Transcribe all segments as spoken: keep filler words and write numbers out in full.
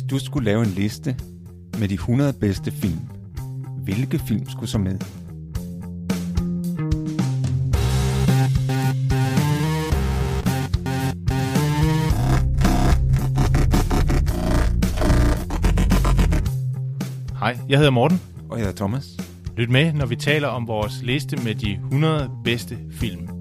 du skulle lave en liste med de hundrede bedste film, hvilke film skulle så med? Hej, jeg hedder Morten. Og jeg hedder Thomas. Lyt med, når vi taler om vores liste med de hundrede bedste film.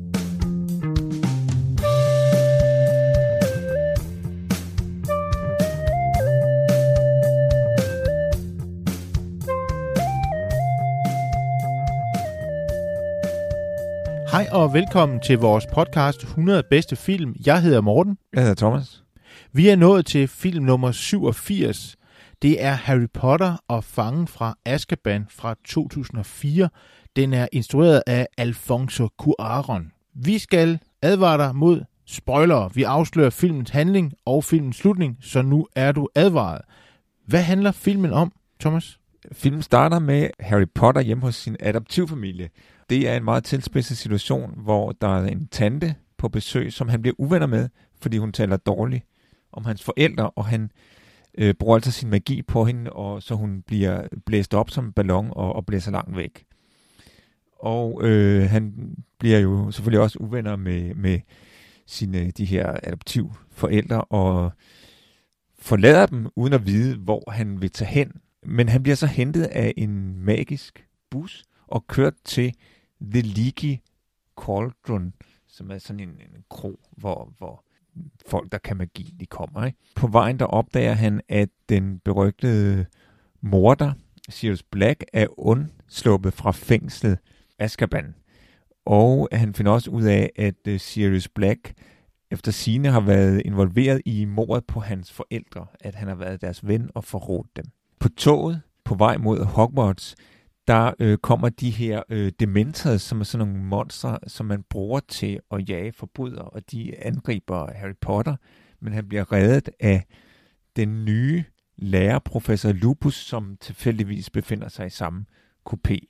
Hej og velkommen til vores podcast hundrede bedste film. Jeg hedder Morten. Jeg hedder Thomas. Vi er nået til film nummer syvogfirs. Det er Harry Potter og Fangen fra Azkaban fra to tusind og fire. Den er instrueret af Alfonso Cuarón. Vi skal advare dig mod spoilere. Vi afslører filmens handling og filmens slutning, så nu er du advaret. Hvad handler filmen om, Thomas? Filmen starter med Harry Potter hjemme hos sin adoptivfamilie. Det er en meget tilspidset situation, hvor der er en tante på besøg, som han bliver uvenner med, fordi hun taler dårligt om hans forældre, og han øh, bruger altså sin magi på hende, og så hun bliver blæst op som en ballon og, og blæser langt væk. Og øh, han bliver jo selvfølgelig også uvenner med, med sine de her adoptivforældre, og forlader dem uden at vide, hvor han vil tage hen. Men han bliver så hentet af en magisk bus og kørt til The Leaky Cauldron, som er sådan en, en kro, hvor, hvor folk, der kan magi, de kommer. Ikke? På vejen der opdager han, at den berygtede morder, Sirius Black, er undsluppet fra fængslet Azkaban. Og han finder også ud af, at uh, Sirius Black efter sigende har været involveret i mordet på hans forældre, at han har været deres ven og forrådt dem. På toget, på vej mod Hogwarts, der øh, kommer de her øh, Dementors, som er sådan nogle monstre, som man bruger til at jage forbrydere, og de angriber Harry Potter, men han bliver reddet af den nye lærer, professor Lupus, som tilfældigvis befinder sig i samme kupé.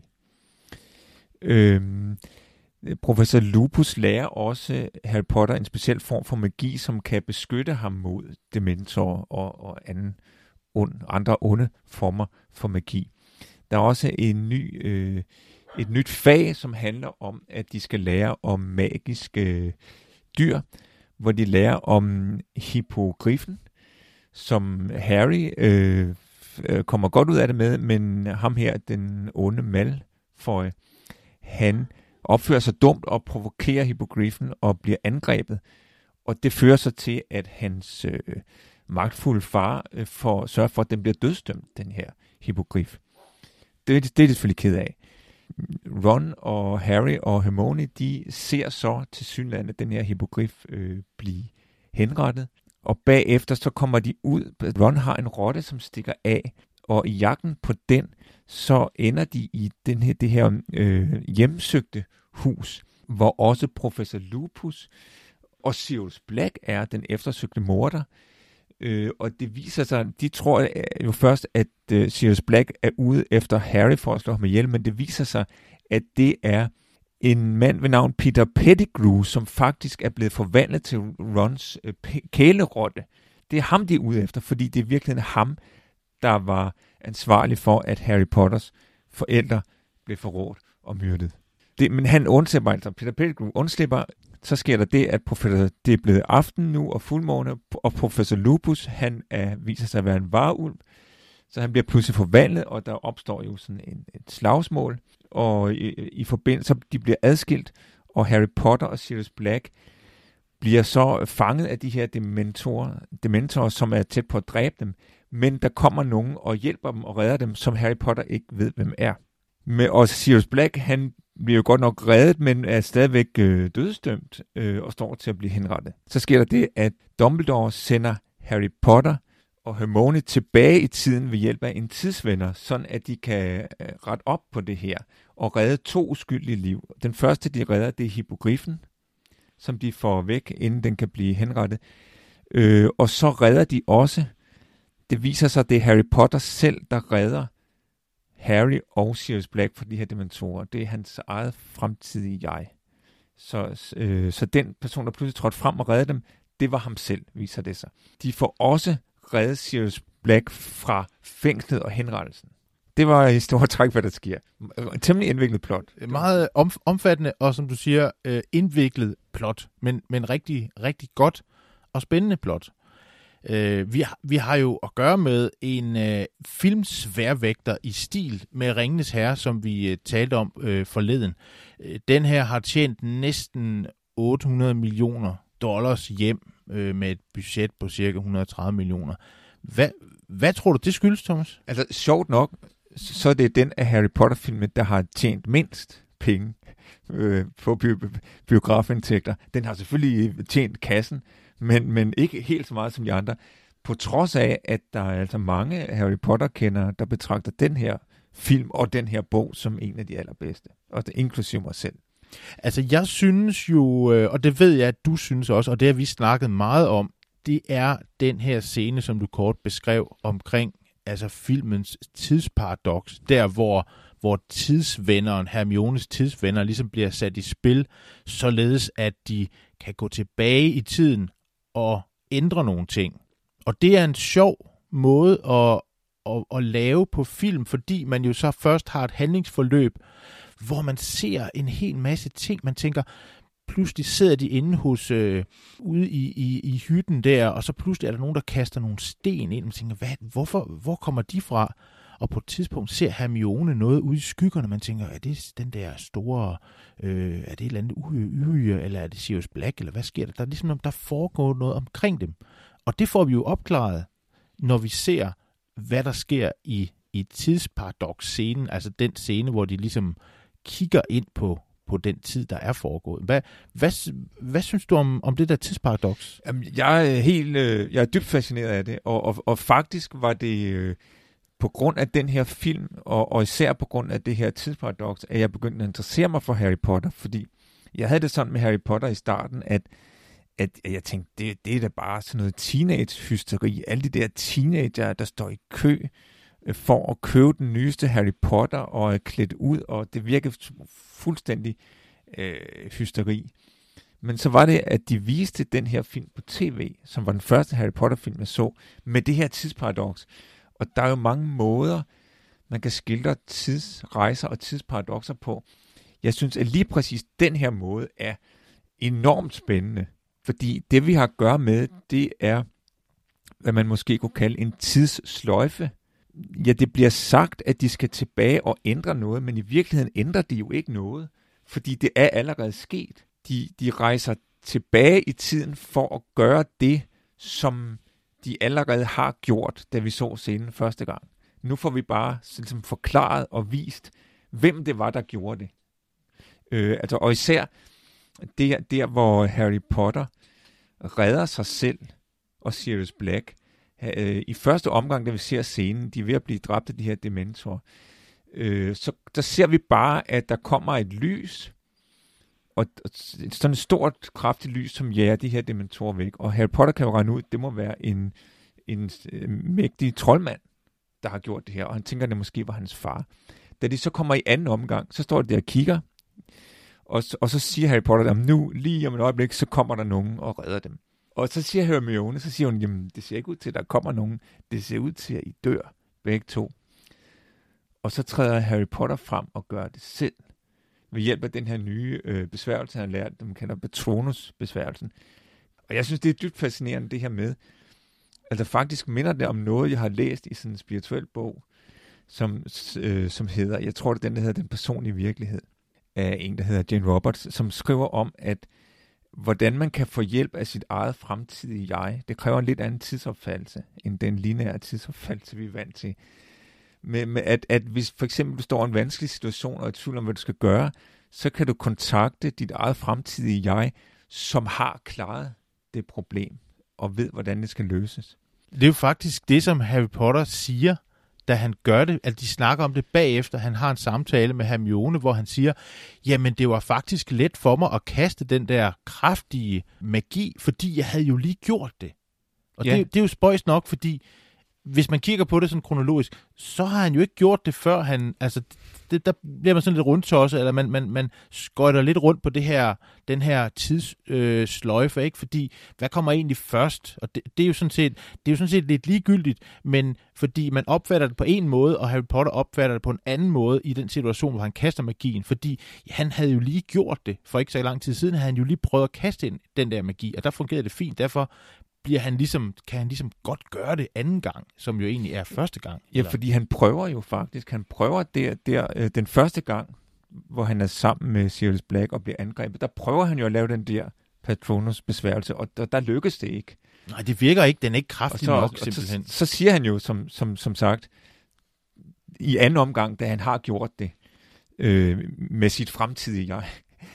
Øhm, professor Lupus lærer også Harry Potter en speciel form for magi, som kan beskytte ham mod Dementor og, og anden ond, andre onde former for magi. Der er også en ny, øh, et nyt fag, som handler om, at de skal lære om magiske dyr, hvor de lærer om hippogriffen, som Harry øh, kommer godt ud af det med, men ham her, den onde Malfoy, han opfører sig dumt og provokerer hippogriffen og bliver angrebet, og det fører så til, at hans øh, magtfulde far øh, får sørge for, at den bliver dødsdømt, den her hippogrif. Det, det er de selvfølgelig ked af. Ron og Harry og Hermione, de ser så til synligheden den her hippogrif øh, blive henrettet. Og bagefter så kommer de ud. Ron har en rotte, som stikker af. Og i jagten på den, så ender de i den her, det her øh, hjemsøgte hus, hvor også professor Lupus og Sirius Black er den eftersøgte morder. Øh, og det viser sig, de tror jo først, at uh, Sirius Black er ude efter Harry for at slå ham ihjel, men det viser sig, at det er en mand ved navn Peter Pettigrew, som faktisk er blevet forvandlet til Rons uh, p- kælerotte. Det er ham, de er ude efter, fordi det er virkelig ham, der var ansvarlig for, at Harry Potters forældre blev forrådt og myrdet. Det, men han undslipper altså, Peter Pettigrew undslipper. Så sker der det, at professor, det er blevet aften nu og fuldmåne, og professor Lupus, han er, viser sig at være en varulv, så han bliver pludselig forvandlet, og der opstår jo sådan en, et slagsmål, og i, i forbindelse, de bliver adskilt, og Harry Potter og Sirius Black bliver så fanget af de her dementorer, dementorer, som er tæt på at dræbe dem, men der kommer nogen og hjælper dem og redder dem, som Harry Potter ikke ved, hvem er. Med, og Sirius Black, han bliver jo godt nok reddet, men er stadigvæk øh, dødsdømt øh, og står til at blive henrettet. Så sker der det, at Dumbledore sender Harry Potter og Hermione tilbage i tiden ved hjælp af en tidsvender, sådan at de kan øh, rette op på det her og redde to uskyldige liv. Den første, de redder, det er hippogriffen, som de får væk, inden den kan blive henrettet. Øh, og så redder de også, det viser sig, at det er Harry Potter selv, der redder Harry og Sirius Black for de her dementorer. Det er hans eget fremtidige jeg. Så, øh, så den person, der pludselig trådte frem og reddede dem, det var ham selv, viser det sig. De får også redde Sirius Black fra fængslet og henrettelsen. Det var i store træk, hvad der sker. Temmelig indviklet plot. Meget om, omfattende og, som du siger, øh, indviklet plot, men, men rigtig, rigtig godt og spændende plot. Øh, vi, vi har jo at gøre med en øh, filmsværvægter i stil med Ringenes Herre, som vi øh, talte om øh, forleden. Øh, den her har tjent næsten otte hundrede millioner dollars hjem øh, med et budget på cirka et hundrede og tredive millioner. Hvad, hvad tror du, det skyldes, Thomas? Altså, sjovt nok, så er det den af Harry Potter-filmen, der har tjent mindst penge øh, på bi- biografindtægter. Den har selvfølgelig tjent kassen, men, men ikke helt så meget som de andre. På trods af, at der er altså mange Harry Potter-kendere, der betragter den her film og den her bog som en af de allerbedste. Og det inklusive mig selv. Altså, jeg synes jo, og det ved jeg, at du synes også, og det har vi snakket meget om, det er den her scene, som du kort beskrev omkring altså filmens tidsparadoks, der hvor, hvor tidsvenderen, Hermiones tidsvenner, ligesom bliver sat i spil, således at de kan gå tilbage i tiden og ændre nogle ting. Og det er en sjov måde at, at, at lave på film, fordi man jo så først har et handlingsforløb, hvor man ser en hel masse ting. Man tænker, pludselig sidder de inde hos, øh, ude i, i, i hytten der, og så pludselig er der nogen, der kaster nogle sten ind, og man tænker, hvad, hvorfor, hvor kommer de fra? Og på et tidspunkt ser Hermione noget ude i skyggerne, man tænker, er det den der store, øh, er det et eller andet uhyre, eller er det Sirius Black, eller hvad sker der? Der er ligesom, der foregår noget omkring dem. Og det får vi jo opklaret, når vi ser, hvad der sker i, i tidsparadox-scenen, altså den scene, hvor de ligesom kigger ind på, på den tid, der er foregået. Hvad, hvad, hvad synes du om, om det der tidsparadoks? Jamen, jeg er helt, øh, jeg er dybt fascineret af det, og, og, og faktisk var det øh, på grund af den her film, og, og især på grund af det her tidsparadoks, at jeg begyndte at interessere mig for Harry Potter, fordi jeg havde det sådan med Harry Potter i starten, at, at jeg tænkte, det, det er da bare sådan noget teenage-hysteri. Alle de der teenager, der står i kø for at købe den nyeste Harry Potter og er klædt ud, og det virkede fuldstændig øh, hysteri. Men så var det, at de viste den her film på tv, som var den første Harry Potter-film, jeg så, med det her tidsparadoks. Og der er jo mange måder, man kan skildre tidsrejser og tidsparadoxer på. Jeg synes, at lige præcis den her måde er enormt spændende, fordi det, vi har at gøre med, det er, hvad man måske kunne kalde en tidssløjfe. Ja, det bliver sagt, at de skal tilbage og ændre noget, men i virkeligheden ændrer de jo ikke noget, fordi det er allerede sket. De, de rejser tilbage i tiden for at gøre det, som de allerede har gjort, da vi så scenen første gang. Nu får vi bare ligesom forklaret og vist, hvem det var, der gjorde det. Øh, altså, og især der, der, hvor Harry Potter redder sig selv og Sirius Black. Øh, I første omgang, da vi ser scenen, de er ved at blive dræbt af de her dementorer, øh, så der ser vi bare, at der kommer et lys, og sådan et stort, kraftigt lys, som jager de her dementorer væk. Og Harry Potter kan jo regne ud, det må være en, en øh, mægtig troldmand, der har gjort det her, og han tænker, at det måske var hans far. Da de så kommer i anden omgang, så står de der og kigger, og, og så siger Harry Potter, at nu, lige om et øjeblik, så kommer der nogen og redder dem. Og så siger Hermione, så siger hun, jamen det ser ikke ud til, at der kommer nogen. Det ser ud til, at I dør, begge to. Og så træder Harry Potter frem og gør det selv. Ved hjælp af den her nye øh, besværgelse, han har lært, dem kalder Patronus-besværgelsen. Og jeg synes, det er dybt fascinerende, det her med. Altså faktisk minder det om noget, jeg har læst i sådan en spirituel bog, som, øh, som hedder, jeg tror det er den, der hedder Den personlige virkelighed, af en, der hedder Jane Roberts, som skriver om, at hvordan man kan få hjælp af sit eget fremtidige jeg. Det kræver en lidt anden tidsopfattelse, end den lineære tidsopfattelse, vi er vant til. Med, med at, at hvis for eksempel du står i en vanskelig situation og er i tvivl om, hvad du skal gøre, så kan du kontakte dit eget fremtidige jeg, som har klaret det problem, og ved, hvordan det skal løses. Det er jo faktisk det, som Harry Potter siger, da han gør det, at de snakker om det bagefter. Han har en samtale med Hermione, hvor han siger, jamen det var faktisk let for mig at kaste den der kraftige magi, fordi jeg havde jo lige gjort det. Og ja. det, det er jo spøjs nok, fordi hvis man kigger på det sådan kronologisk, så har han jo ikke gjort det før han, altså det, der bliver man sådan lidt rundtosset, eller man, man, man skøjter lidt rundt på det her, den her tidssløjfe, øh, ikke? Fordi, hvad kommer egentlig først? Og det, det, er jo sådan set, det er jo sådan set lidt ligegyldigt, men fordi man opfatter det på en måde, og Harry Potter opfatter det på en anden måde i den situation, hvor han kaster magien, fordi ja, han havde jo lige gjort det, for ikke så lang tid siden, havde han jo lige prøvet at kaste ind den der magi, og der fungerede det fint, derfor bliver han ligesom, kan han ligesom godt gøre det anden gang, som jo egentlig er første gang. Ja, eller? Fordi han prøver jo faktisk, han prøver der, der øh, den første gang, hvor han er sammen med Sirius Black og bliver angrebet, der prøver han jo at lave den der Patronus besværgelse, og der, der lykkes det ikke. Nej, det virker ikke, den er ikke kraftig så, nok, simpelthen. Så, så siger han jo, som, som, som sagt, i anden omgang, da han har gjort det, øh, med sit fremtidige jeg,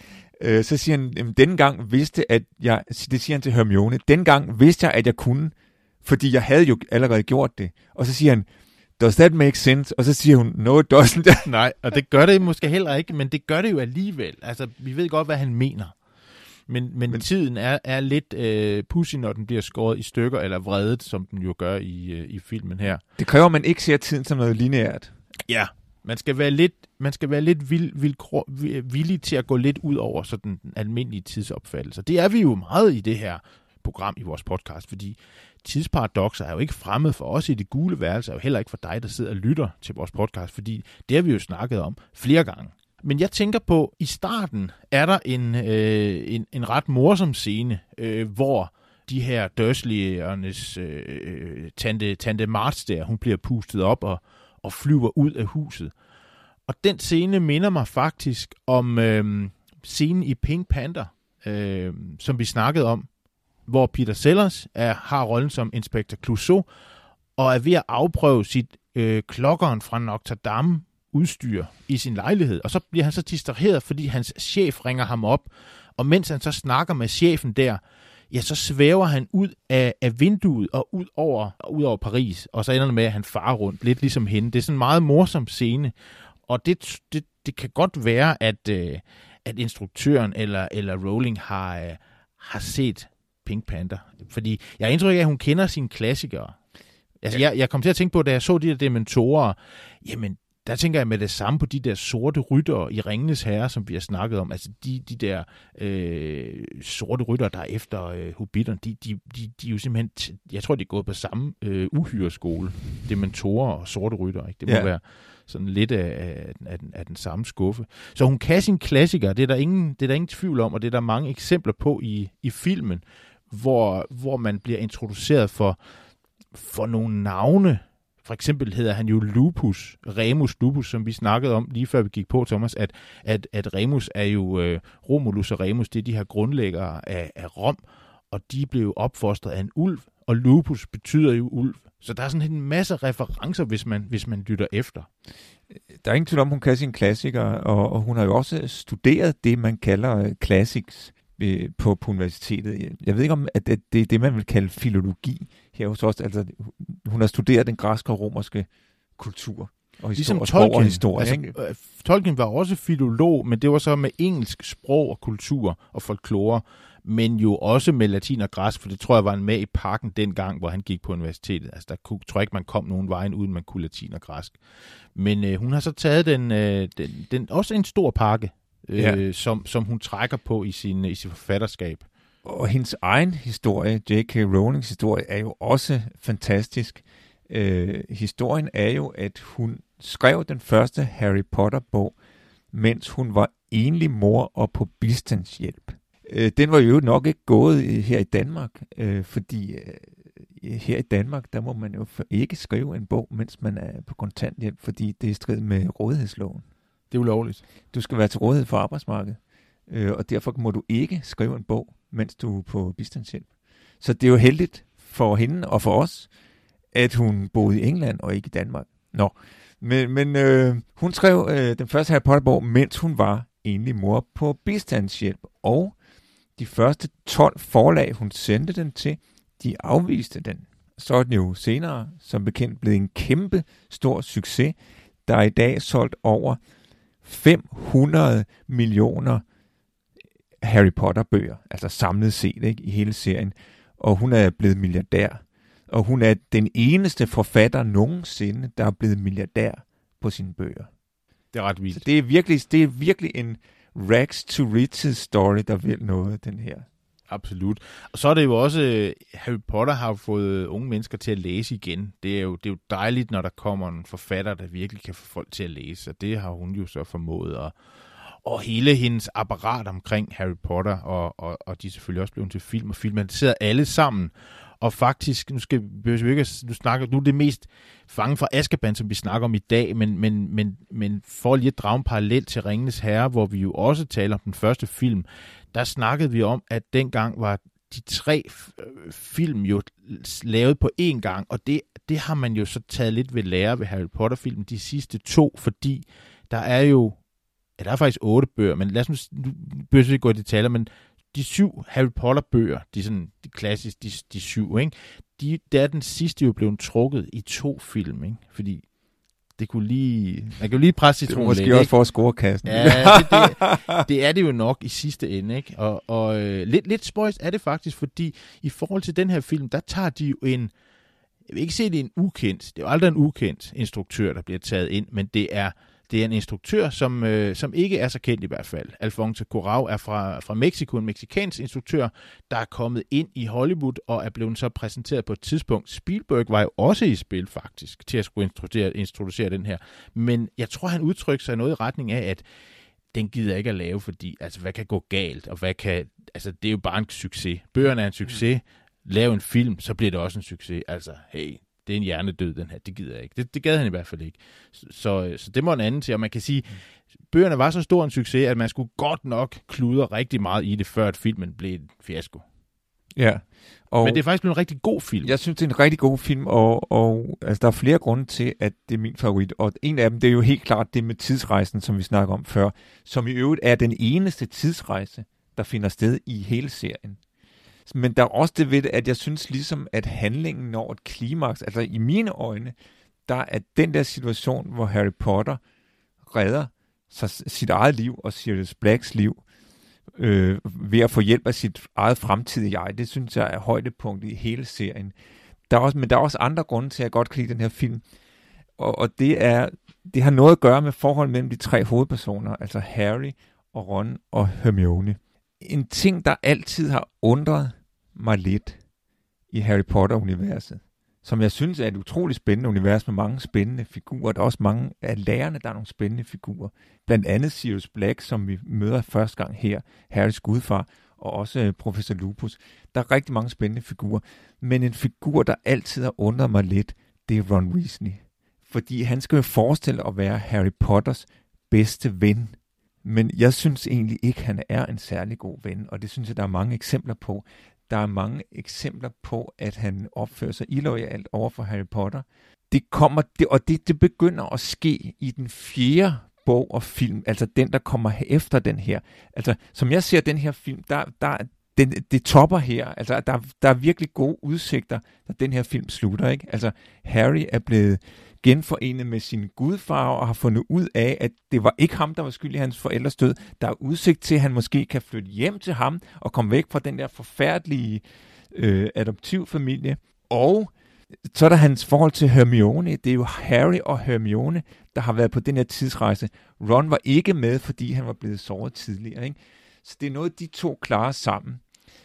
så siger han, at denne gang vidste, at jeg, det siger han til Hermione, denne gang vidste jeg, at jeg kunne, fordi jeg havde jo allerede gjort det. Og så siger han, does that make sense? Og så siger hun, no it doesn't. Nej, og det gør det måske heller ikke, men det gør det jo alligevel. Altså, vi ved godt, hvad han mener. Men, men, men tiden er, er lidt øh, pussy, når den bliver skåret i stykker, eller vredet, som den jo gør i, øh, i filmen her. Det kræver, at man ikke ser tiden som noget lineært. Ja, man skal være lidt, man skal være lidt vild, vild, villig til at gå lidt ud over sådan den almindelige tidsopfattelse. Det er vi jo meget i det her program i vores podcast, fordi tidsparadoxer er jo ikke fremmed for os i det gule værelse, og heller ikke for dig, der sidder og lytter til vores podcast, fordi det har vi jo snakket om flere gange. Men jeg tænker på, i starten er der en, øh, en, en ret morsom scene, øh, hvor de her Dursley'ernes øh, tante, tante March der, hun bliver pustet op og, og flyver ud af huset. Og den scene minder mig faktisk om øh, scenen i Pink Panther, øh, som vi snakkede om, hvor Peter Sellers er, har rollen som Inspektor Clouseau, og er ved at afprøve sit øh, klokkeren fra Notre Dame udstyr i sin lejlighed. Og så bliver han så distraheret, fordi hans chef ringer ham op, og mens han så snakker med chefen der, ja, så svæver han ud af, af vinduet og ud over, ud over Paris, og så ender det med, at han farer rundt, lidt ligesom hende. Det er sådan en meget morsom scene, og det, det, det kan godt være, at, øh, at instruktøren eller, eller Rowling har, øh, har set Pink Panther. Fordi jeg har indtryk af, at hun kender sine klassikere. Altså, ja. jeg, jeg kom til at tænke på, da jeg så de der dementorer, jamen, der tænker jeg med det samme på de der sorte ryttere i Ringenes Herre, som vi har snakket om. Altså de, de der øh, sorte ryttere, der er efter øh, hobbiterne, de, de, de, de er jo simpelthen, t- jeg tror, de er gået på samme øh, uhyreskole. Dementorer og sorte ryttere, ikke? Det må ja. være sådan lidt af, af, af, den, af den samme skuffe. Så hun kan sin klassiker, det er der ingen, det er der ingen tvivl om, og det er der mange eksempler på i, i filmen, hvor, hvor man bliver introduceret for, for nogle navne. For eksempel hedder han jo Lupus, Remus Lupus, som vi snakkede om lige før vi gik på, Thomas, at, at, at Remus er jo, øh, Romulus og Remus, det er de her grundlæggere af, af Rom, og de blev opfostret af en ulv, og Lupus betyder jo ulv. Så der er sådan en masse referencer, hvis man, hvis man lytter efter. Der er ingen tvivl om, hun kan sine klassikere, og, og hun har jo også studeret det, man kalder classics på, på universitetet. Jeg ved ikke om, at det er det, man vil kalde filologi her hos os. Altså, hun har studeret den græske og romerske kultur og historie, ligesom Tolkien, og historie. Altså, øh, Tolkien var også filolog, men det var så med engelsk sprog og kultur og folklore, men jo også med latin og græsk, for det tror jeg var en med i pakken dengang, hvor han gik på universitetet. Altså, der kunne, tror jeg ikke, man kom nogen vejen, uden man kunne latin og græsk. Men øh, hun har så taget den, øh, den, den også en stor pakke, Ja. Øh, som, som hun trækker på i sin, i sin forfatterskab. Og hendes egen historie, J K. Rowlings historie, er jo også fantastisk. Øh, historien er jo, at hun skrev den første Harry Potter-bog, mens hun var enlig mor og på bistandshjælp. Øh, den var jo nok ikke gået her i Danmark, øh, fordi øh, her i Danmark, der må man jo ikke skrive en bog, mens man er på kontanthjælp, fordi det er i strid med rådighedsloven. Det er ulovligt. Du skal være til rådighed for arbejdsmarkedet, øh, og derfor må du ikke skrive en bog, mens du er på bistandshjælp. Så det er jo heldigt for hende og for os, at hun boede i England og ikke i Danmark. Nå, men, men øh, hun skrev øh, den første Harry Potter-bog, mens hun var enlig mor på bistandshjælp, og de første tolv forlag, hun sendte den til, de afviste den. Så er den jo senere, som bekendt, blevet en kæmpe stor succes, der er i dag solgt over fem hundrede millioner Harry Potter-bøger, altså samlet set, ikke, i hele serien, og hun er blevet milliardær. Og hun er den eneste forfatter nogensinde, der er blevet milliardær på sine bøger. Det er ret vildt. Så det er virkelig, det er virkelig en rags to riches story, der vil noget, den her. Absolut. Og så er det jo også, Harry Potter har fået unge mennesker til at læse igen. Det er jo, det er jo dejligt, når der kommer en forfatter, der virkelig kan få folk til at læse. Og det har hun jo så formået. Og, og hele hendes apparat omkring Harry Potter, og, og, og de er selvfølgelig også blevet til film og filmatiseret alle sammen. Og faktisk, nu skal vi ikke, nu snakker nu er det mest Fangen fra Azkaban, som vi snakker om i dag, men, men, men, men for lige at drage en parallel til Ringenes Herre, hvor vi jo også taler om den første film, der snakkede vi om, at dengang var de tre film jo lavet på én gang, og det, det har man jo så taget lidt ved lære ved Harry Potter-filmen, de sidste to, fordi der er jo, ja, der er faktisk otte bøger, men lad os nu, nu bør vi gå i detaljer, men de syv Harry Potter-bøger, de sådan de klassiske, de, de syv, ikke? De, der er den sidste jo blevet trukket i to film, ikke? Fordi det kunne lige, man kan jo lige presse citronen lidt. Det er måske også for at score kassen. Ja, det, det, det er det jo nok i sidste ende, ikke? Og, og øh, lidt, lidt spøjst er det faktisk, fordi i forhold til den her film, der tager de jo en, jeg vil ikke se, det er en ukendt, det er jo aldrig en ukendt instruktør, der bliver taget ind, men det er Det er en instruktør, som, øh, som ikke er så kendt i hvert fald. Alfonso Cuarón er fra, fra Mexico, en mexikansk instruktør, der er kommet ind i Hollywood og er blevet så præsenteret på et tidspunkt. Spielberg var jo også i spil faktisk, til at skulle introducere, introducere den her. Men jeg tror, han udtrykker sig noget i retning af, at den gider ikke at lave, fordi altså, hvad kan gå galt, og hvad kan, altså, det er jo bare en succes. Bøgerne er en succes. Lav en film, så bliver det også en succes. Altså, hey, det er en hjernedød, den her. Det gider jeg ikke. Det, det gad han i hvert fald ikke. Så, så, så det må en anden til. Og man kan sige, bøgerne var så stor en succes, at man skulle godt nok kludre rigtig meget i det, før at filmen blev en fiasko. Ja. Og men det er faktisk blevet en rigtig god film. Jeg synes, det er en rigtig god film, og, og altså, der er flere grunde til, at det er min favorit. Og en af dem, det er jo helt klart det med tidsrejsen, som vi snakker om før, som i øvrigt er den eneste tidsrejse, der finder sted i hele serien. Men der er også det ved det, at jeg synes ligesom, at handlingen når et klimaks, altså i mine øjne, der er den der situation, hvor Harry Potter redder sig, sit eget liv og Sirius Blacks liv øh, ved at få hjælp af sit eget fremtidige jeg. Det synes jeg er højdepunktet i hele serien. Der er også, men der er også andre grunde til, at jeg godt kan lide den her film. Og, og det, er, det har noget at gøre med forholdet mellem de tre hovedpersoner, altså Harry og Ron og Hermione. En ting, der altid har undret mig lidt i Harry Potter-universet, som jeg synes er et utroligt spændende univers med mange spændende figurer. Der er også mange af lærerne, der er nogle spændende figurer. Blandt andet Sirius Black, som vi møder første gang her, Harrys gudfar, og også professor Lupus. Der er rigtig mange spændende figurer. Men en figur, der altid har undret mig lidt, det er Ron Weasley. Fordi han skal jo forestille at være Harry Potters bedste ven. Men jeg synes egentlig ikke, at han er en særlig god ven, og det synes jeg, der er mange eksempler på. Der er mange eksempler på, at han opfører sig illoyalt over for Harry Potter. Det kommer, det, og det, det begynder at ske i den fjerde bog og film, altså den, der kommer efter den her. Altså, som jeg ser den her film, der, der, den, det topper her. Altså, der, der er virkelig gode udsigter, da den her film slutter, ikke? Altså, Harry er blevet genforenet med sin gudfar og har fundet ud af, at det var ikke ham, der var skyld i hans forældres død. Der er udsigt til, at han måske kan flytte hjem til ham og komme væk fra den der forfærdelige øh, adoptivfamilie. Og så er der hans forhold til Hermione. Det er jo Harry og Hermione, der har været på den her tidsrejse. Ron var ikke med, fordi han var blevet såret tidligere, ikke? Så det er noget, de to klarer sammen.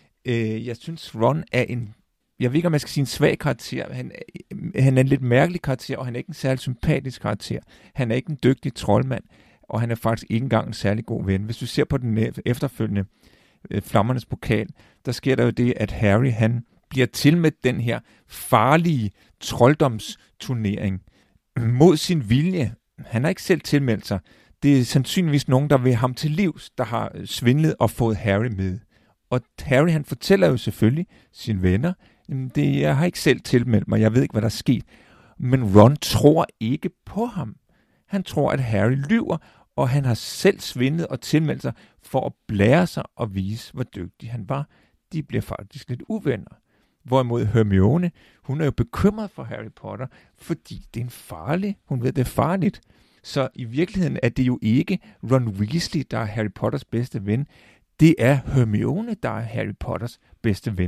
Øh, jeg synes, Ron er en Jeg ved ikke, om jeg skal sige en svag karakter. Han, han er en lidt mærkelig karakter, og han er ikke en særlig sympatisk karakter. Han er ikke en dygtig troldmand, og han er faktisk ikke engang en særlig god ven. Hvis du ser på den efterfølgende Flammernes Pokal, der sker der jo det, at Harry han bliver til med den her farlige trolddomsturnering mod sin vilje. Han har ikke selv tilmeldt sig. Det er sandsynligvis nogen, der vil ham til livs, der har svindlet og fået Harry med. Og Harry han fortæller jo selvfølgelig sine venner, det, jeg har ikke selv tilmeldt mig, jeg ved ikke, hvad der er sket. Men Ron tror ikke på ham. Han tror, at Harry lyver, og han har selv svindlet og tilmeldt sig for at blære sig og vise, hvor dygtig han var. De bliver faktisk lidt uvenner. Hvorimod Hermione, hun er jo bekymret for Harry Potter, fordi det er en farlig, hun ved, det er farligt. Så i virkeligheden er det jo ikke Ron Weasley, der er Harry Potters bedste ven. Det er Hermione, der er Harry Potters bedste ven.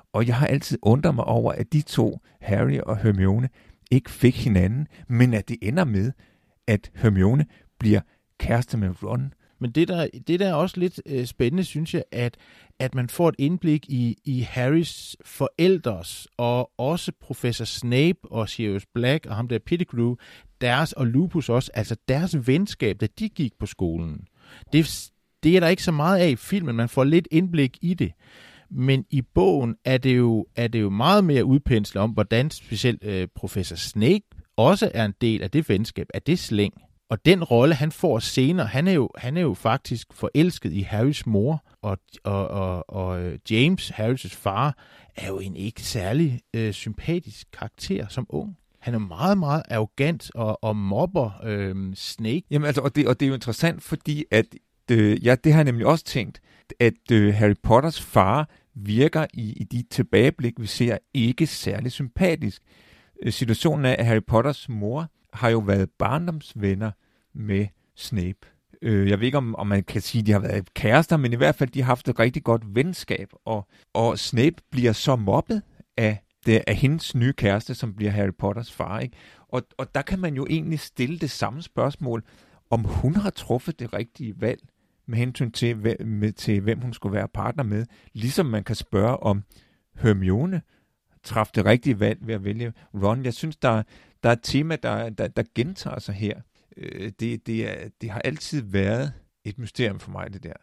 Og jeg har altid undret mig over, at de to, Harry og Hermione, ikke fik hinanden, men at det ender med, at Hermione bliver kæreste med Ron. Men det der, det der er også lidt øh, spændende, synes jeg, at, at man får et indblik i, i Harrys forældres, og også professor Snape og Sirius Black og ham der Pettigrew, deres og Lupus også, altså deres venskab, da de gik på skolen. Det, det er der ikke så meget af i filmen, man får lidt indblik i det. Men i bogen er det jo, er det jo meget mere udpenslet om, hvordan specielt øh, professor Snape også er en del af det venskab, af det slæng. Og den rolle, han får senere, han er jo, han er jo faktisk forelsket i Harrys mor, og, og, og, og James, Harrys far, er jo en ikke særlig øh, sympatisk karakter som ung. Han er meget, meget arrogant og, og mobber øh, Snape. Jamen altså, og det, og det er jo interessant, fordi at, øh, ja, det har jeg nemlig også tænkt, at øh, Harry Potters far virker i, i de tilbageblik, vi ser, ikke særlig sympatisk. Situationen er, at Harry Potters mor har jo været barndomsvenner med Snape. Jeg ved ikke, om, om man kan sige, at de har været kærester, men i hvert fald, de har haft et rigtig godt venskab. Og, og Snape bliver så mobbet af, det, af hendes nye kæreste, som bliver Harry Potters far. Ikke? Og, og der kan man jo egentlig stille det samme spørgsmål, om hun har truffet det rigtige valg med hensyn til, med, til hvem hun skulle være partner med. Ligesom man kan spørge, om Hermione træffede det rigtige valg ved at vælge Ron. Jeg synes, der, der er et tema, der, der, der gentager sig her. Det, det, er, det har altid været et mysterium for mig, det der.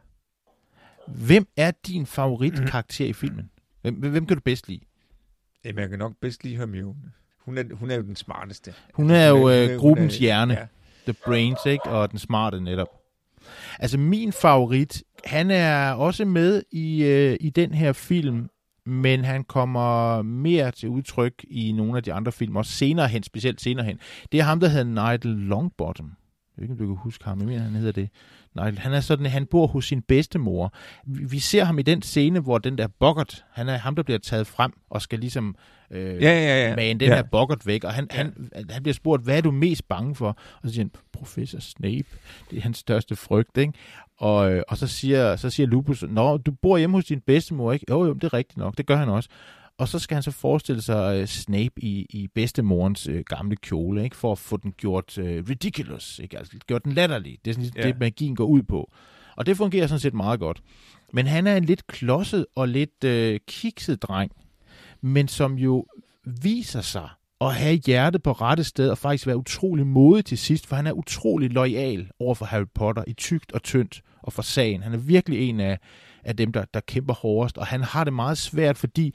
Hvem er din favoritkarakter mm. i filmen? Hvem, hvem kan du bedst lide? Jamen, jeg kan nok bedst lide Hermione. Hun er, hun er jo den smarteste. Hun er jo øh, gruppens er, hjerne. Ja. The brains, ikke? Og den smarte netop. Altså, min favorit, han er også med i, øh, i den her film, men han kommer mere til udtryk i nogle af de andre film, også senere hen, specielt senere hen. Det er ham, der hedder Nigel Longbottom. Jeg ved ikke, om du kan huske ham, jeg mener, han hedder det. Nigel. Han er sådan, han bor hos sin bedstemor. Vi ser ham i den scene, hvor den der Boggart, han er ham, der bliver taget frem og skal ligesom øh, ja, ja, ja. mane den ja. her Boggart væk. Og han, ja. han, han bliver spurgt, hvad er du mest bange for? Og så siger han, professor Snape. Det er hans største frygt, ikke? Og, og så siger, så siger Lupus, nå, du bor hjemme hos din bedstemor, ikke? Jo, jo, det er rigtigt nok. Det gør han også. Og så skal han så forestille sig uh, Snape i, i bedstemorens uh, gamle kjole, ikke? For at få den gjort uh, ridiculous, ikke? Altså gjort den latterlig. Det er sådan yeah. det, magien går ud på. Og det fungerer sådan set meget godt. Men han er en lidt klodset og lidt uh, kikset dreng, men som jo viser sig at have hjertet på rette sted og faktisk være utrolig modig til sidst, for han er utrolig loyal over for Harry Potter i tykt og tyndt og for sagen. Han er virkelig en af, af dem, der, der kæmper hårdest, og han har det meget svært, fordi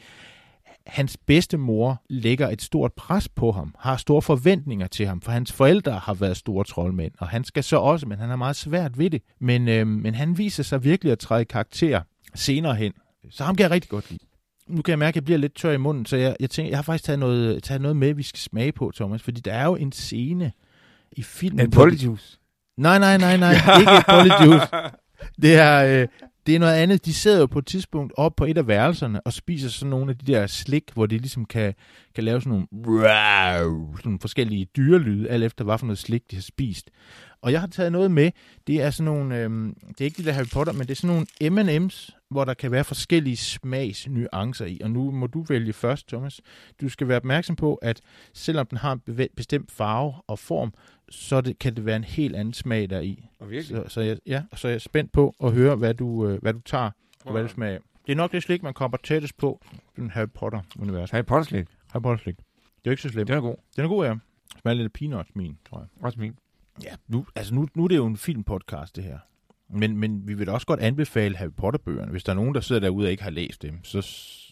hans bedstemor lægger et stort pres på ham, har store forventninger til ham, for hans forældre har været store troldmænd, og han skal så også, men han har meget svært ved det. Men, øh, men han viser sig virkelig at træde i karakter senere hen. Så ham kan jeg rigtig godt lide. Nu kan jeg mærke, at jeg bliver lidt tør i munden, så jeg, jeg tænker, jeg har faktisk taget noget, taget noget med, vi skal smage på, Thomas, fordi der er jo en scene i filmen. En polyjuice? Nej, nej, nej, nej, ikke et polyjuice. Det er... Øh, Det er noget andet. De sidder jo på et tidspunkt op på et af værelserne og spiser sådan nogle af de der slik, hvor de ligesom kan, kan lave sådan nogle, sådan nogle forskellige dyrelyde, alt efter hvad for noget slik de har spist. Og jeg har taget noget med. Det er sådan nogle, øhm, det er ikke de der Harry Potter, men det er sådan nogle M and M's, hvor der kan være forskellige smagsnuancer i. Og nu må du vælge først, Thomas. Du skal være opmærksom på, at selvom den har en bestemt farve og form, så det, kan det være en helt anden smag der i. Så, så, jeg, ja, så jeg er spændt på at høre, hvad du, øh, hvad du tager, og hvad du smager. Det er nok det slik, man kommer tættest på den Harry Potter-univers. Harry Potter-slik? Harry Potter-slik. Det er jo ikke så slemt. Den er god. Den er god, ja. Smager lidt af peanuts, min, tror jeg. Også min. Ja, nu, altså nu, nu er det jo en filmpodcast, det her. Men, men vi vil da også godt anbefale Harry Potter-bøgerne. Hvis der er nogen, der sidder derude og ikke har læst dem, så,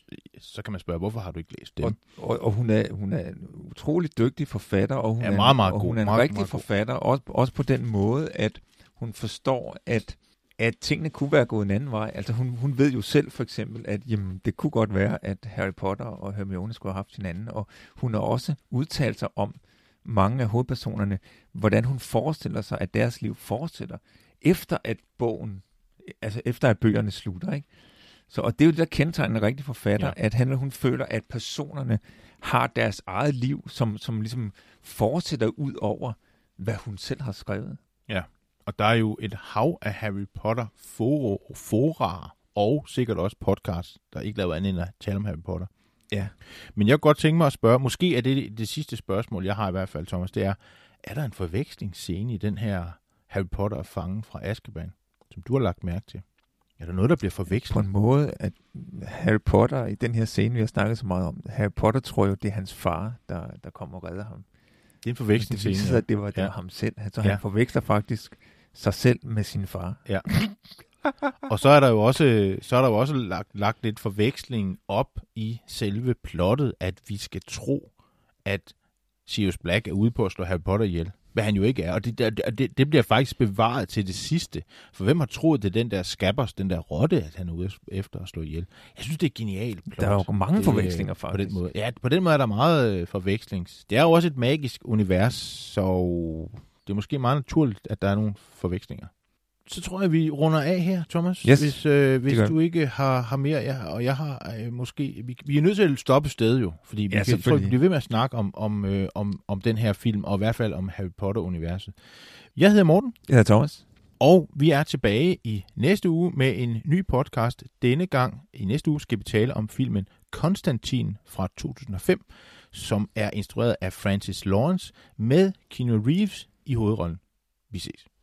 så kan man spørge, hvorfor har du ikke læst dem? Og, og, og hun, er, hun er en utrolig dygtig forfatter, og hun ja, er, meget, meget og god. hun er en meget, rigtig meget forfatter, også, også på den måde, at hun forstår, at, at tingene kunne være gået en anden vej. Altså hun, hun ved jo selv for eksempel, at jamen, det kunne godt være, at Harry Potter og Hermione skulle have haft hinanden, og hun har også udtalt sig om mange af hovedpersonerne, hvordan hun forestiller sig, at deres liv fortsætter, efter at bogen, altså efter at bøgerne slutter, ikke? Så, og det er jo det, der kendetegner en rigtig forfatter, ja. At han, hun føler, at personerne har deres eget liv, som, som ligesom fortsætter ud over, hvad hun selv har skrevet. Ja, og der er jo et hav af Harry Potter fora og sikkert også podcast, der ikke laver andet end at tale om Harry Potter. Ja. Men jeg kunne godt tænke mig at spørge, måske er det det sidste spørgsmål, jeg har i hvert fald, Thomas, det er, er der en forvekslingsscene i den her Harry Potter og fangen fra Azkaban, som du har lagt mærke til? Er der noget, der bliver forvekslet? På en måde, at Harry Potter, i den her scene, vi har snakket så meget om, Harry Potter tror jo, det er hans far, der, der kommer og redder ham. Det er en forvekslingsscene. Det viser sig, at det var, det ja. var ham selv. Så ja. han forveksler faktisk sig selv med sin far. Ja. Og så er der jo også, så er der jo også lagt, lagt lidt forveksling op i selve plottet, at vi skal tro, at Sirius Black er ude på at slå Harry Potter ihjel. Hvad han jo ikke er. Og det, det, det bliver faktisk bevaret til det sidste. For hvem har troet, det er den der Scabbers, den der rotte, at han er ude efter at slå ihjel? Jeg synes, det er genialt plot. Der er jo mange det, forvekslinger faktisk. På den måde. Ja, på den måde er der meget forveksling. Det er jo også et magisk univers, så det er måske meget naturligt, at der er nogle forvekslinger. Så tror jeg, vi runder af her, Thomas. Yes, hvis øh, hvis du ikke har, har mere, jeg, og jeg har øh, måske... Vi, vi er nødt til at stoppe sted jo, fordi vi ja, kan, tror, vi bliver ved med at snakke om, om, øh, om, om den her film, og i hvert fald om Harry Potter-universet. Jeg hedder Morten. Jeg hedder Thomas. Og vi er tilbage i næste uge med en ny podcast. Denne gang i næste uge skal vi tale om filmen Konstantin fra to tusind og fem, som er instrueret af Francis Lawrence med Keanu Reeves i hovedrollen. Vi ses.